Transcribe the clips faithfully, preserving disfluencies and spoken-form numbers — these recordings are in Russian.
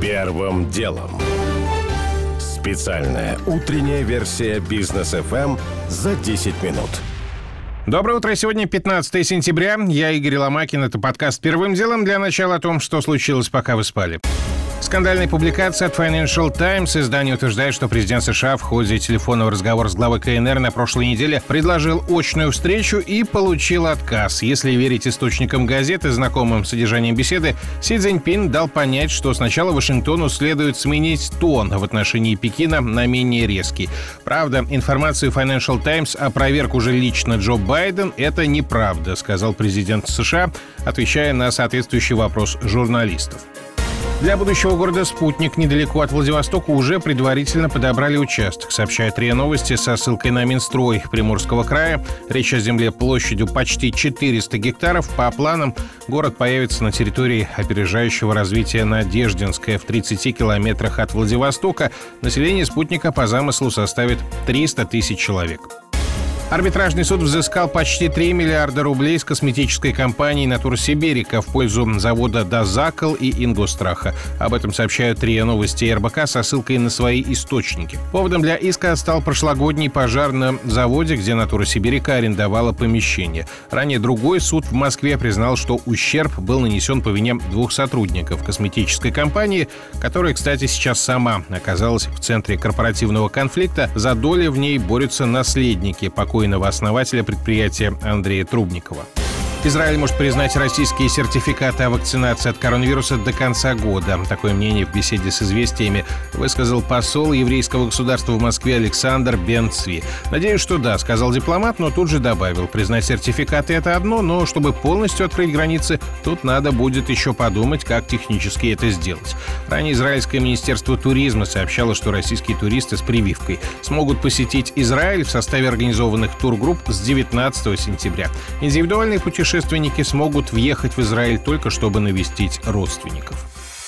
Первым делом. Специальная утренняя версия Бизнес эф эм за десять минут. Доброе утро. Сегодня пятнадцатое сентября. Я Игорь Ломакин. Это подкаст «Первым делом». Для начала о том, что случилось, пока вы спали. Скандальная публикация от Financial Times. Издание утверждает, что президент США в ходе телефонного разговора с главой ка эн эр на прошлой неделе предложил очную встречу и получил отказ. Если верить источникам газеты, знакомым с содержанием беседы, Си Цзиньпин дал понять, что сначала Вашингтону следует сменить тон в отношении Пекина на менее резкий. Правда, информацию Financial Times опроверг уже лично Джо Байден. Это неправда, сказал президент США, отвечая на соответствующий вопрос журналистов. Для будущего города «Спутник» недалеко от Владивостока уже предварительно подобрали участок, сообщает РИА Новости со ссылкой на Минстрой Приморского края. Речь о земле площадью почти четыреста гектаров. По планам, город появится на территории опережающего развития Надеждинская в тридцати километрах от Владивостока. Население «Спутника» по замыслу составит триста тысяч человек. Арбитражный суд взыскал почти три миллиарда рублей с косметической компании «Натурсиберика» в пользу завода «Дозакл» и «Ингостраха». Об этом сообщают РИА Новости и эр бэ ка со ссылкой на свои источники. Поводом для иска стал прошлогодний пожар на заводе, где «Натурсиберика» арендовала помещение. Ранее другой суд в Москве признал, что ущерб был нанесен по вине двух сотрудников косметической компании, которая, кстати, сейчас сама оказалась в центре корпоративного конфликта. За доли в ней борются наследники покойного основателя предприятия Андрея Трубникова. Израиль может признать российские сертификаты о вакцинации от коронавируса до конца года. Такое мнение в беседе с «Известиями» высказал посол еврейского государства в Москве Александр Бен-Цви. «Надеюсь, что да», — сказал дипломат, но тут же добавил: признать сертификаты — это одно, но чтобы полностью открыть границы, тут надо будет еще подумать, как технически это сделать. Ранее израильское министерство туризма сообщало, что российские туристы с прививкой смогут посетить Израиль в составе организованных тургрупп с девятнадцатого сентября. Индивидуальные путешествия Путешественники смогут въехать в Израиль только чтобы навестить родственников.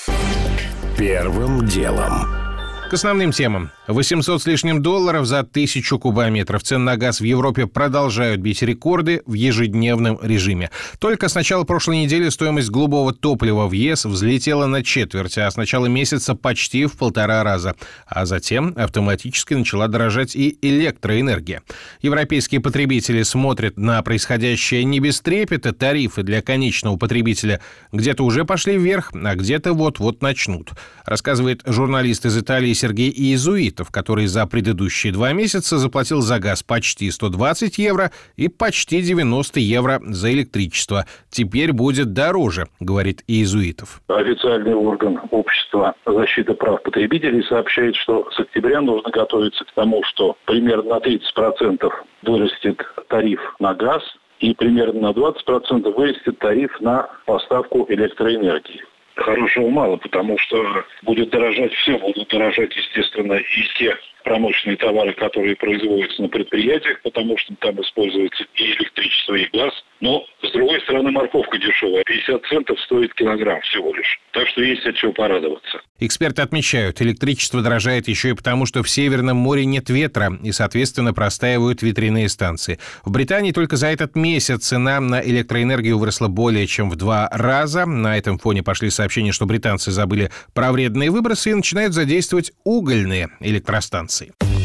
Первым делом. К основным темам. восемьсот с лишним долларов за тысячу кубометров. Цены на газ в Европе продолжают бить рекорды в ежедневном режиме. Только с начала прошлой недели стоимость голубого топлива в ЕС взлетела на четверть, а с начала месяца почти в полтора раза. А затем автоматически начала дорожать и электроэнергия. Европейские потребители смотрят на происходящее не без трепета. Тарифы для конечного потребителя где-то уже пошли вверх, а где-то вот-вот начнут. Рассказывает журналист из Италии Сергей Иезуитов, который за предыдущие два месяца заплатил за газ почти сто двадцать евро и почти девяносто евро за электричество. Теперь будет дороже, говорит Иезуитов. Официальный орган общества защиты прав потребителей сообщает, что с октября нужно готовиться к тому, что примерно на тридцать процентов вырастет тариф на газ и примерно на двадцать процентов вырастет тариф на поставку электроэнергии. Хорошего мало, потому что будет дорожать все, будут дорожать, естественно, и те промышленные товары, которые производятся на предприятиях, потому что там используется и электричество, и газ. Но, с другой стороны, морковка дешевая. пятьдесят центов стоит килограмм всего лишь. Так что есть от чего порадоваться. Эксперты отмечают, электричество дорожает еще и потому, что в Северном море нет ветра и, соответственно, простаивают ветряные станции. В Британии только за этот месяц цена на электроэнергию выросла более чем в два раза. На этом фоне пошли сообщения, что британцы забыли про вредные выбросы и начинают задействовать угольные электростанции.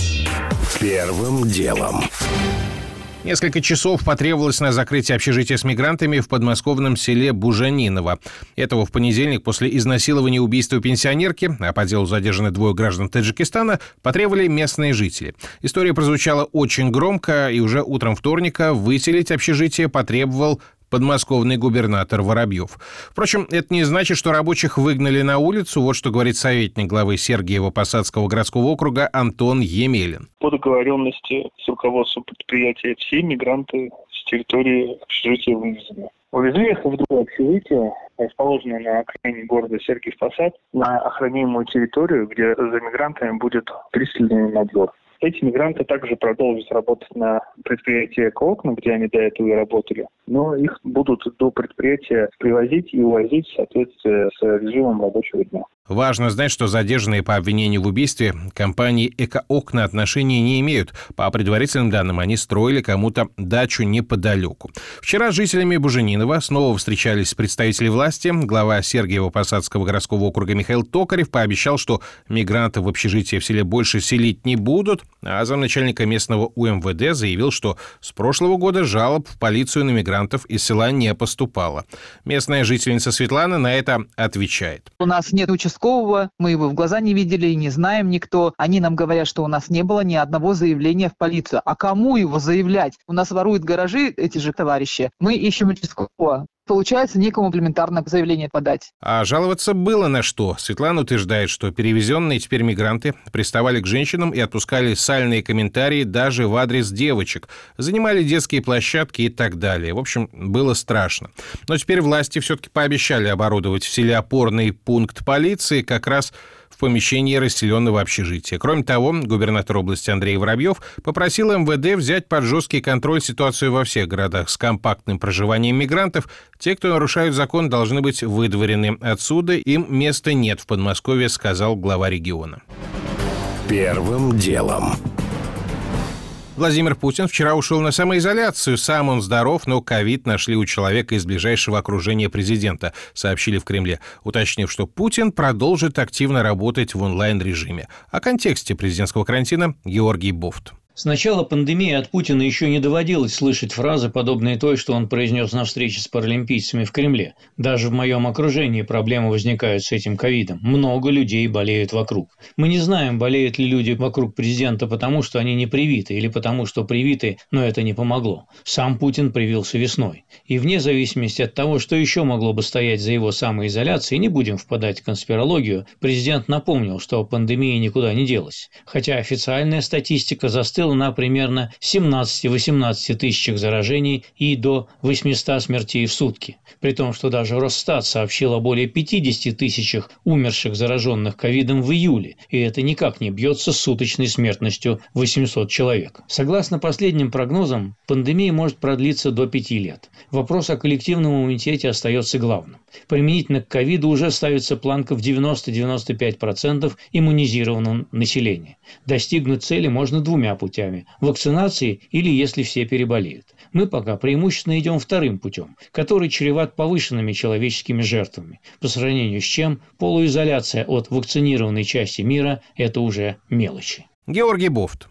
Первым делом. Несколько часов потребовалось на закрытие общежития с мигрантами в подмосковном селе Бужаниново. Этого в понедельник после изнасилования и убийства пенсионерки, а по делу задержаны двое граждан Таджикистана, потребовали местные жители. История прозвучала очень громко, и уже утром вторника выселить общежитие потребовал подмосковный губернатор Воробьев. Впрочем, это не значит, что рабочих выгнали на улицу. Вот что говорит советник главы Сергиево-Посадского городского округа Антон Емелин. По договоренности с руководством предприятия все мигранты с территории общежития вывезены. Увезли их в другое общежитие, расположенное на окраине города Сергиев Посад, на охраняемую территорию, где за мигрантами будет пристальный надзор. Эти мигранты также продолжат работать на предприятии «Экоокна», где они до этого и работали, но их будут до предприятия привозить и увозить в соответствии с режимом рабочего дня. Важно знать, что задержанные по обвинению в убийстве компании «Экоокна» отношения не имеют. По предварительным данным, они строили кому-то дачу неподалеку. Вчера с жителями Буженинова снова встречались представители власти. Глава Сергиево-Посадского городского округа Михаил Токарев пообещал, что мигрантов в общежитии в селе больше селить не будут, а замначальника местного У Эм Вэ Дэ заявил, что с прошлого года жалоб в полицию на мигрантов из села не поступало. Местная жительница Светлана на это отвечает. У нас нет участкового, мы его в глаза не видели и не знаем никто. Они нам говорят, что у нас не было ни одного заявления в полицию. А кому его заявлять? У нас воруют гаражи эти же товарищи. Мы ищем участкового. Получается, некому комплементарно заявление подать. А жаловаться было на что. Светлана утверждает, что перевезенные теперь мигранты приставали к женщинам и отпускали сальные комментарии даже в адрес девочек, занимали детские площадки и так далее. В общем, было страшно. Но теперь власти все-таки пообещали оборудовать в селе опорный пункт полиции как раз в помещении расселенного общежития. Кроме того, губернатор области Андрей Воробьев попросил Эм Вэ Дэ взять под жесткий контроль ситуацию во всех городах с компактным проживанием мигрантов. Те, кто нарушают закон, должны быть выдворены отсюда. Им места нет в Подмосковье, сказал глава региона. Первым делом. Владимир Путин вчера ушел на самоизоляцию. Сам он здоров, но ковид нашли у человека из ближайшего окружения президента, сообщили в Кремле, уточнив, что Путин продолжит активно работать в онлайн-режиме. О контексте президентского карантина Георгий Бофт. С начала пандемии от Путина еще не доводилось слышать фразы, подобные той, что он произнес на встрече с паралимпийцами в Кремле. Даже в моем окружении проблемы возникают с этим ковидом. Много людей болеют вокруг. Мы не знаем, болеют ли люди вокруг президента потому, что они не привиты, или потому, что привиты, но это не помогло. Сам Путин привился весной. И вне зависимости от того, что еще могло бы стоять за его самоизоляцией, не будем впадать в конспирологию, президент напомнил, что пандемия никуда не делась. Хотя официальная статистика застыла на примерно семнадцати-восемнадцати тысячах заражений и до восьмисот смертей в сутки. При том, что даже Росстат сообщил о более пятидесяти тысячах умерших зараженных ковидом в июле, и это никак не бьется с суточной смертностью восемьсот человек. Согласно последним прогнозам, пандемия может продлиться до пяти лет. Вопрос о коллективном иммунитете остается главным. Применительно к ковиду уже ставится планка в девяносто-девяносто пять процентов иммунизированного населения. Достигнуть цели можно двумя путями. Вакцинации или если все переболеют. Мы пока преимущественно идем вторым путем, который чреват повышенными человеческими жертвами, по сравнению с чем полуизоляция от вакцинированной части мира – это уже мелочи. Георгий Бофт.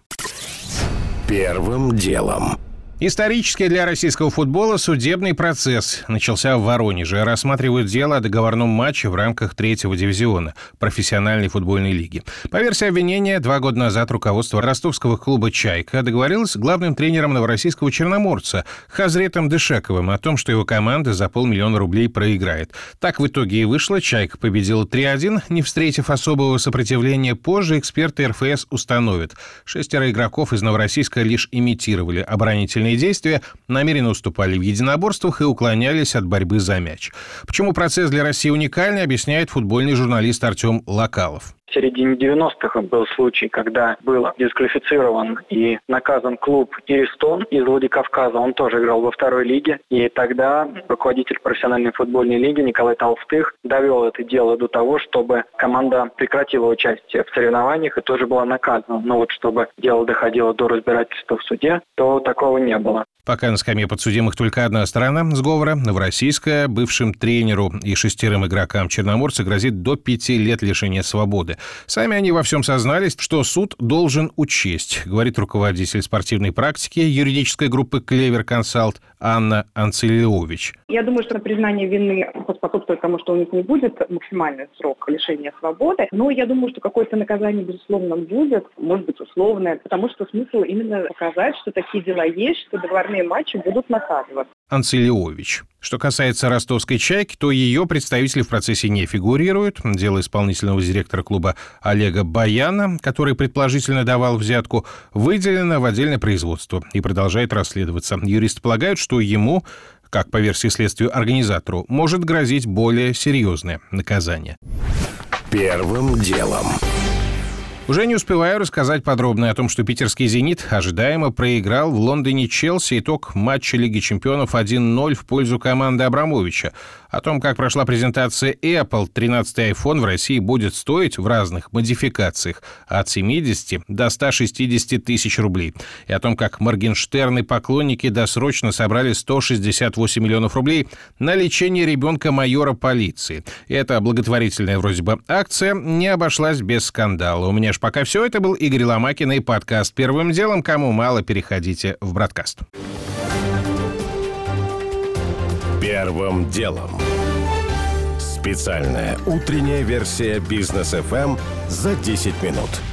Первым делом. Исторический для российского футбола судебный процесс начался в Воронеже. Рассматривают дело о договорном матче в рамках третьего дивизиона профессиональной футбольной лиги. По версии обвинения, два года назад руководство ростовского клуба «Чайка» договорилось с главным тренером новороссийского «Черноморца» Хазретом Дышековым о том, что его команда за полмиллиона рублей проиграет. Так в итоге и вышло. «Чайка» победила три один, не встретив особого сопротивления. Позже эксперты эр эф эс установят. Шестеро игроков из Новороссийска лишь имитировали оборонительные действия, намеренно уступали в единоборствах и уклонялись от борьбы за мяч. Почему процесс для России уникальный, объясняет футбольный журналист Артем Локалов. В середине девяностых был случай, когда был дисквалифицирован и наказан клуб «Иристон» из Владикавказа. Он тоже играл во второй лиге. И тогда руководитель профессиональной футбольной лиги Николай Толстых довел это дело до того, чтобы команда прекратила участие в соревнованиях и тоже была наказана. Но вот чтобы дело доходило до разбирательства в суде, то такого не было. Пока на скамье подсудимых только одна сторона сговора. Новороссийская бывшим тренеру и шестерым игрокам «Черноморца» грозит до пяти лет лишения свободы. Сами они во всем сознались, что суд должен учесть, говорит руководитель спортивной практики юридической группы «Клевер Консалт» Анна Анцелиович. Я думаю, что признание вины поспособствует тому, что у них не будет максимальный срок лишения свободы. Но я думаю, что какое-то наказание, безусловно, будет, может быть, условное, потому что смысл именно показать, что такие дела есть, что договорные матчи будут наказываться. Анцелиович. Что касается ростовской «Чайки», то ее представители в процессе не фигурируют. Дело исполнительного директора клуба Олега Баяна, который предположительно давал взятку, выделено в отдельное производство и продолжает расследоваться. Юристы полагают, что ему, как по версии следствия организатору, может грозить более серьезное наказание. Первым делом. Уже не успеваю рассказать подробно о том, что питерский «Зенит» ожидаемо проиграл в Лондоне Челси. Итог матча Лиги чемпионов один ноль в пользу команды Абрамовича. О том, как прошла презентация Apple, тринадцатый iPhone в России будет стоить в разных модификациях от семидесяти до ста шестидесяти тысяч рублей. И о том, как Моргенштерн и поклонники досрочно собрали сто шестьдесят восемь миллионов рублей на лечение ребенка майора полиции. И эта благотворительная вроде бы акция не обошлась без скандала. У меня ж пока все. Это был Игорь Ломакин и подкаст «Первым делом». Кому мало, переходите в Бродкаст. Первым делом. Специальная утренняя версия «Бизнес эф эм» за десять минут.